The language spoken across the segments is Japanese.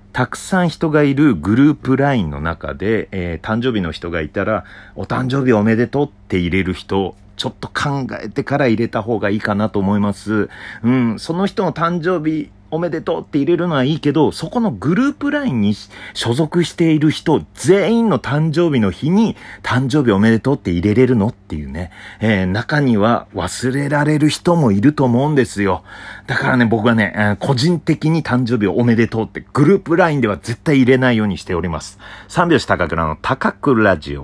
たくさん人がいるグループラインの中で、誕生日の人がいたら、お誕生日おめでとうって入れる人、ちょっと考えてから入れた方がいいかなと思います。その人の誕生日おめでとうって入れるのはいいけど、そこのグループラインに所属している人全員の誕生日の日に誕生日おめでとうって入れれるのっていうね、中には忘れられる人もいると思うんですよ。だからね、僕はね、個人的に誕生日おめでとうってグループラインでは絶対入れないようにしております。三拍子高倉の高倉ラジオ。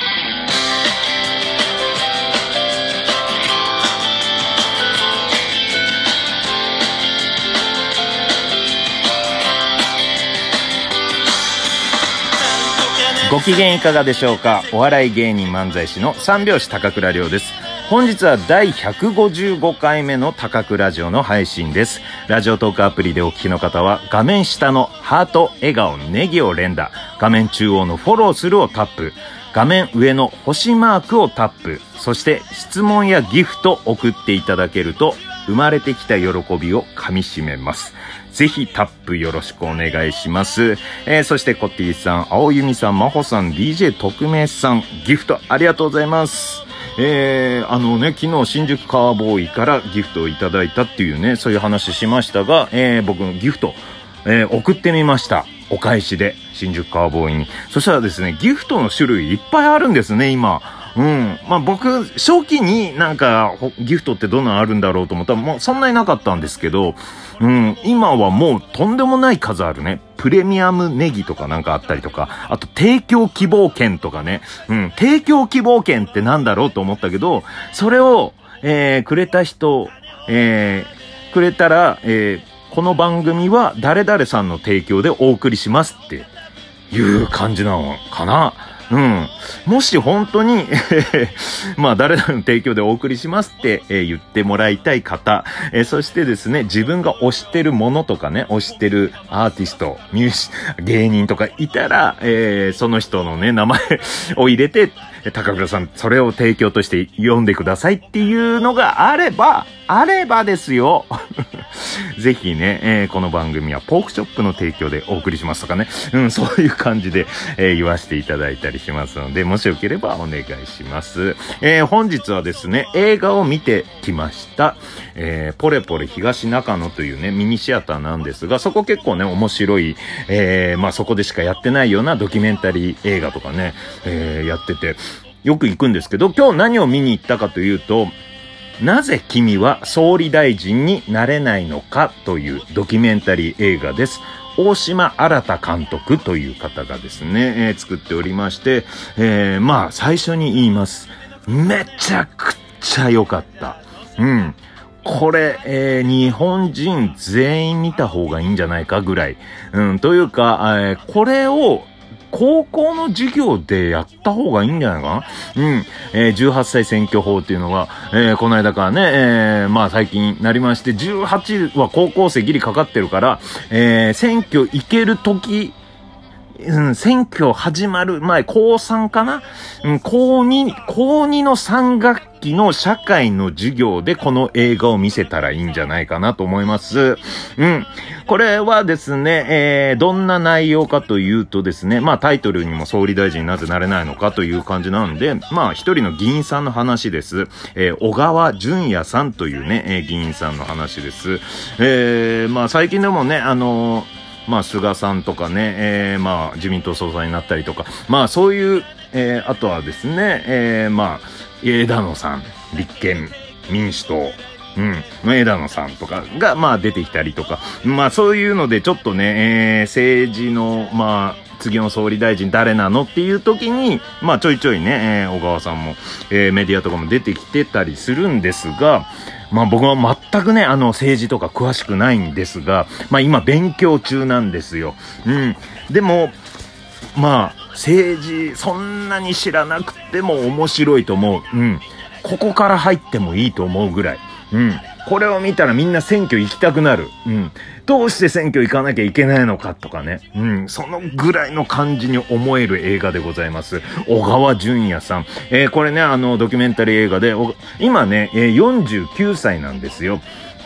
ご機嫌いかがでしょうか。お笑い芸人漫才師の三拍子高倉涼です。本日は第155回目の高倉ラジオの配信です。ラジオトークアプリでお聞きの方は画面下のハート、笑顔、ネギを連打、画面中央のフォローするをタップ、画面上の星マークをタップ、そして質問やギフト送っていただけると生まれてきた喜びをかみしめます。ぜひタップよろしくお願いします。そしてコッティさん、青由美さん、真帆さん、DJ 特命さん、ギフトありがとうございます。昨日新宿カーボーイからギフトをいただいたっていうね、そういう話しましたが、僕のギフト、送ってみました。お返しで、新宿カーボーイに。そしたらですね、ギフトの種類いっぱいあるんですね、今。僕、初期になんか、ギフトってどんなのあるんだろうと思ったら、もうそんなになかったんですけど、今はもうとんでもない数あるね。プレミアムネギとかなんかあったりとか、あと提供希望券とかね。提供希望券ってなんだろうと思ったけど、それを、くれた人、くれたら、この番組は誰々さんの提供でお送りしますっていう感じなのかな。もし本当に誰々の提供でお送りしますって、言ってもらいたい方、そしてですね、自分が推してるものとかね、推してるアーティスト、芸人とかいたら、その人のね、名前を入れて、高倉さん、それを提供として読んでくださいっていうのがあればですよ。ぜひね、この番組はポークチョップの提供でお送りしますとかね。そういう感じで、言わせていただいたりしますので、もしよければお願いします。本日はですね、映画を見てきました。ポレポレ東中野というね、ミニシアターなんですが、そこ結構ね、面白い、そこでしかやってないようなドキュメンタリー映画とかね、やってて、よく行くんですけど、今日何を見に行ったかというと、なぜ君は総理大臣になれないのかというドキュメンタリー映画です。大島新監督という方がですね、作っておりまして、最初に言います。めちゃくちゃ良かった。これ、日本人全員見た方がいいんじゃないかぐらい。というか、これを高校の授業でやった方がいいんじゃないかな。18歳選挙法っていうのが、この間からね、最近なりまして、18は高校生ギリかかってるから、選挙行ける時、選挙始まる前、高3かな、高2の3学期の社会の授業でこの映画を見せたらいいんじゃないかなと思います。これはですね、どんな内容かというとですね、タイトルにも総理大臣になぜなれないのかという感じなんで、一人の議員さんの話です。小川淳也さんというね、議員さんの話です。最近でもね、菅さんとかね、自民党総裁になったりとか、そういう、あとはですね、枝野さん、立憲民主党、枝野さんとかが、出てきたりとか、そういうのでちょっとね、政治の、次の総理大臣誰なのっていう時に、ちょいちょいね、小川さんも、メディアとかも出てきてたりするんですが、僕は全くね、政治とか詳しくないんですが、今勉強中なんですよ。でも、政治、そんなに知らなくても面白いと思う。ここから入ってもいいと思うぐらい。これを見たらみんな選挙行きたくなる。どうして選挙行かなきゃいけないのかとかね。そのぐらいの感じに思える映画でございます。小川淳也さん。これね、ドキュメンタリー映画で、今ね、49歳なんですよ。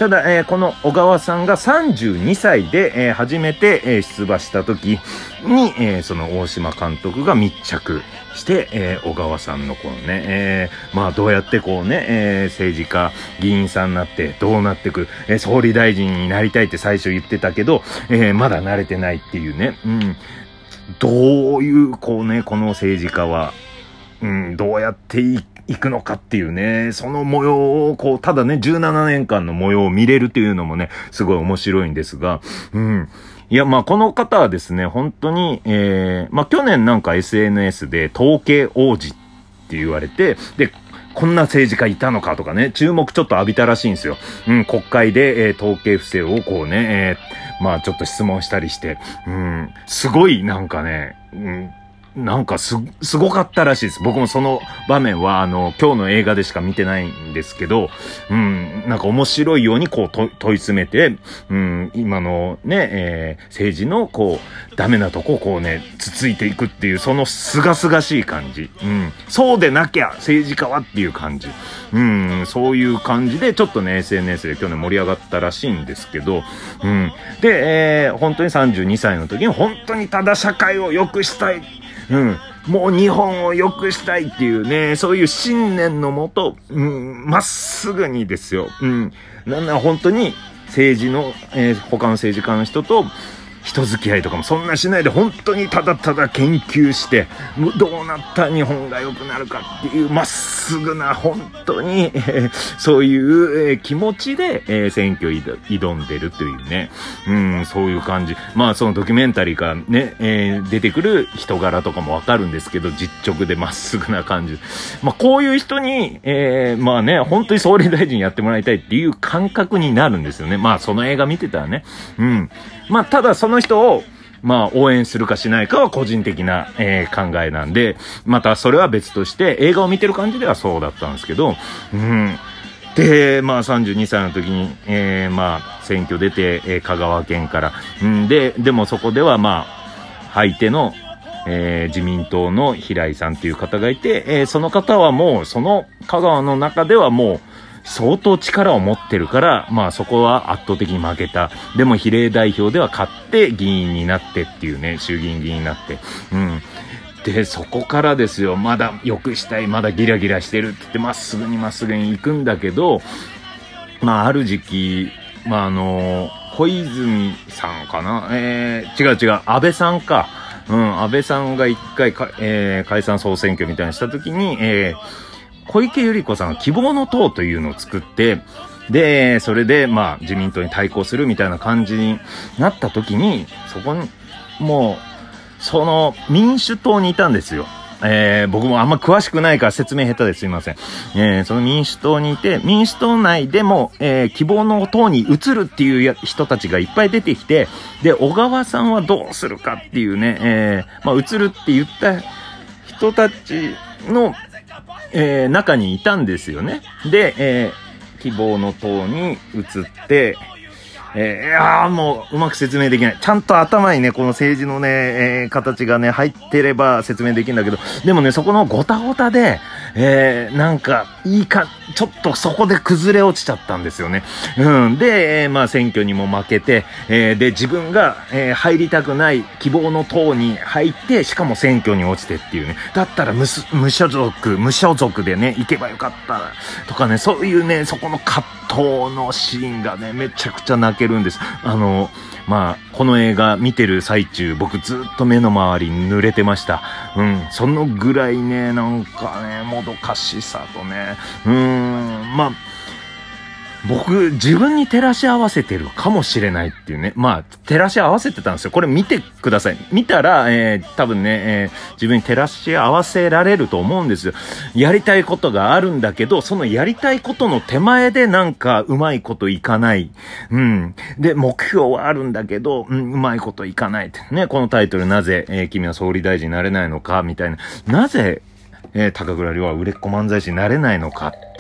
ただ、この小川さんが32歳で、初めて、出馬した時に、その大島監督が密着して、小川さんのこのね、まあどうやってこうね、政治家、議員さんになってどうなってく、総理大臣になりたいって最初言ってたけど、まだ慣れてないっていうね、どういうこうね、この政治家は、どうやっていくのかっていうね、その模様をこう、ただね、17年間の模様を見れるっていうのもね、すごい面白いんですが、いや、まあ、この方はですね、本当に、まあ、去年なんか SNS で統計王子って言われて、で、こんな政治家いたのかとかね、注目ちょっと浴びたらしいんですよ。国会で、統計不正をこうね、まあ、ちょっと質問したりして、すごいなんかね、なんかすごかったらしいです。僕もその場面は、今日の映画でしか見てないんですけど、なんか面白いようにこう問い詰めて、今のね、政治のこう、ダメなとこをこうね、つついていくっていう、その清々しい感じ。そうでなきゃ政治家はっていう感じ。そういう感じで、ちょっとね、SNS で去年盛り上がったらしいんですけど、で、本当に32歳の時に本当にただ社会を良くしたい。もう日本を良くしたいっていうね、そういう信念のもと、まっすぐにですよ。なんなら本当に政治の、他の政治家の人と人付き合いとかもそんなしないで本当にただただ研究して、どうなったら日本が良くなるかっていうまっすぐな本当に、そういう、気持ちで、選挙挑んでるというね、そういう感じ。まあそのドキュメンタリーからね、出てくる人柄とかもわかるんですけど、実直でまっすぐな感じ。まあこういう人に、まあね、本当に総理大臣やってもらいたいっていう感覚になるんですよね。まあその映画見てたらね。まあただその人をまあ応援するかしないかは個人的な、考えなんで、またそれは別として映画を見てる感じではそうだったんですけど、で、まあ32歳の時に、まあ選挙出て、香川県から、でもそこではまあ相手の自民党の平井さんっていう方がいて、その方はもうその香川の中ではもう相当力を持ってるから、まあそこは圧倒的に負けた。でも比例代表では勝って議員になってっていうね、衆議院議員になって。で、そこからですよ、まだ良くしたい、まだギラギラしてるって言って、まっすぐに行くんだけど、まあある時期、まあ小泉さんかな、違う、安倍さんか。安倍さんが一回解散総選挙みたいにした時に、小池百合子さんが希望の党というのを作って、で、それで、まあ、自民党に対抗するみたいな感じになった時に、そこに、もう、その、民主党にいたんですよ。僕もあんま詳しくないから説明下手ですいません。その民主党にいて、民主党内でも、希望の党に移るっていう人たちがいっぱい出てきて、で、小川さんはどうするかっていうね、まあ、移るって言った人たちの、中にいたんですよね。で、希望の党に移って、もううまく説明できない。ちゃんと頭にね、この政治のね、形がね、入ってれば説明できるんだけど、でもね、そこのごたごたで、なんか、ちょっとそこで崩れ落ちちゃったんですよね。で、まあ選挙にも負けて、で、自分が、入りたくない希望の党に入って、しかも選挙に落ちてっていうね。だったら無所属でね、行けばよかったとかね、そういうね、そこの葛藤のシーンがね、めちゃくちゃ泣けるんです。まあ、この映画見てる最中、僕ずっと目の周り濡れてました。そのぐらいね、なんかね、もどかしさとね、まあ、僕、自分に照らし合わせてるかもしれないっていうね。まあ、照らし合わせてたんですよ。これ見てください。見たら、多分ね、自分に照らし合わせられると思うんですよ。やりたいことがあるんだけど、そのやりたいことの手前でなんかうまいこといかない。で、目標はあるんだけど、うまいこといかないってね。このタイトルなぜ、君は総理大臣になれないのかみたいな。なぜ、高倉涼は売れっ子漫才師になれないのかって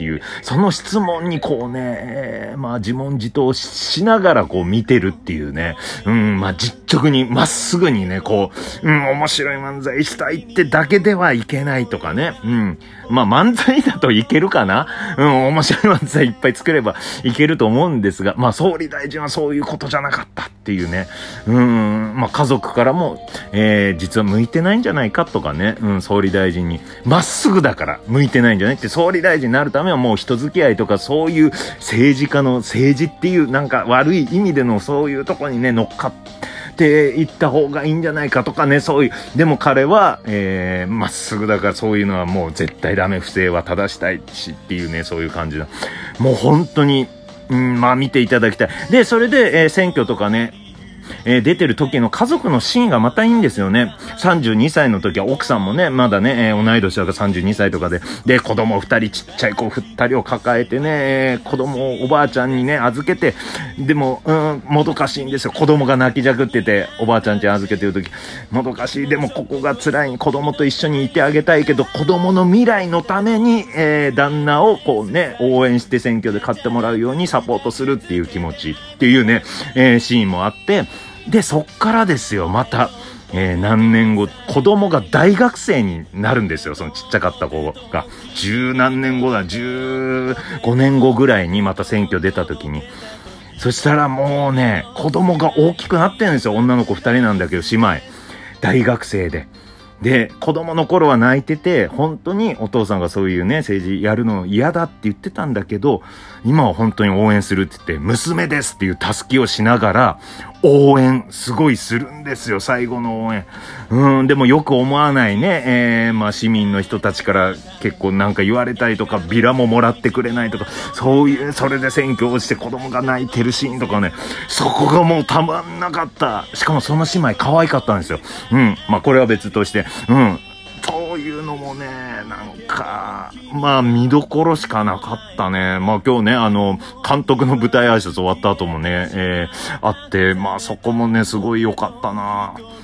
っていう、その質問にこうね、まあ自問自答しながらこう見てるっていうね、まあ実直にまっすぐにね、こう、面白い漫才したいってだけではいけないとかね、まあ漫才だといけるかな、面白い漫才いっぱい作ればいけると思うんですが、まあ総理大臣はそういうことじゃなかったっていうね、まあ家族からも、実は向いてないんじゃないかとかね、総理大臣にまっすぐだから向いてないんじゃないって、総理大臣になるためはもう人付き合いとかそういう政治家の政治っていうなんか悪い意味でのそういうとこにね乗っかっていった方がいいんじゃないかとかね、そういう、でも彼はまっすぐだからそういうのはもう絶対ダメ、不正は正したいしっていうね、そういう感じだ。もう本当にまあ見ていただきたい。で、それで、選挙とかね、出てる時の家族のシーンがまたいいんですよね。32歳の時は奥さんもね、まだね、同い年だから32歳とかで、子供2人、ちっちゃい子2人を抱えてね、子供をおばあちゃんにね、預けて、でも、もどかしいんですよ。子供が泣きじゃくってて、おばあちゃんち預けてる時、もどかしい。でもここが辛い。子供と一緒にいてあげたいけど、子供の未来のために、旦那をこうね、応援して選挙で勝ってもらうようにサポートするっていう気持ちっていうね、シーンもあって、で、そっからですよ、また、何年後、子供が大学生になるんですよ、そのちっちゃかった子が。十何年後だ、15年後ぐらいにまた選挙出た時に。そしたらもうね、子供が大きくなってるんですよ、女の子2人なんだけど、姉妹。大学生で。で、子供の頃は泣いてて、本当にお父さんがそういうね、政治やるの嫌だって言ってたんだけど、今は本当に応援するって言って、娘ですっていうたすきをしながら、応援すごいするんですよ、最後の応援。でもよく思わないね、まあ市民の人たちから結構なんか言われたりとか、ビラももらってくれないとか、そういう、それで選挙落ちて子供が泣いてるシーンとかね、そこがもうたまんなかった。しかもその姉妹可愛かったんですよ。まあこれは別として、そういうのもね、なんか、まあ見どころしかなかったね。まあ今日ね、監督の舞台挨拶終わった後もね、あって、まあそこもね、すごい良かったな。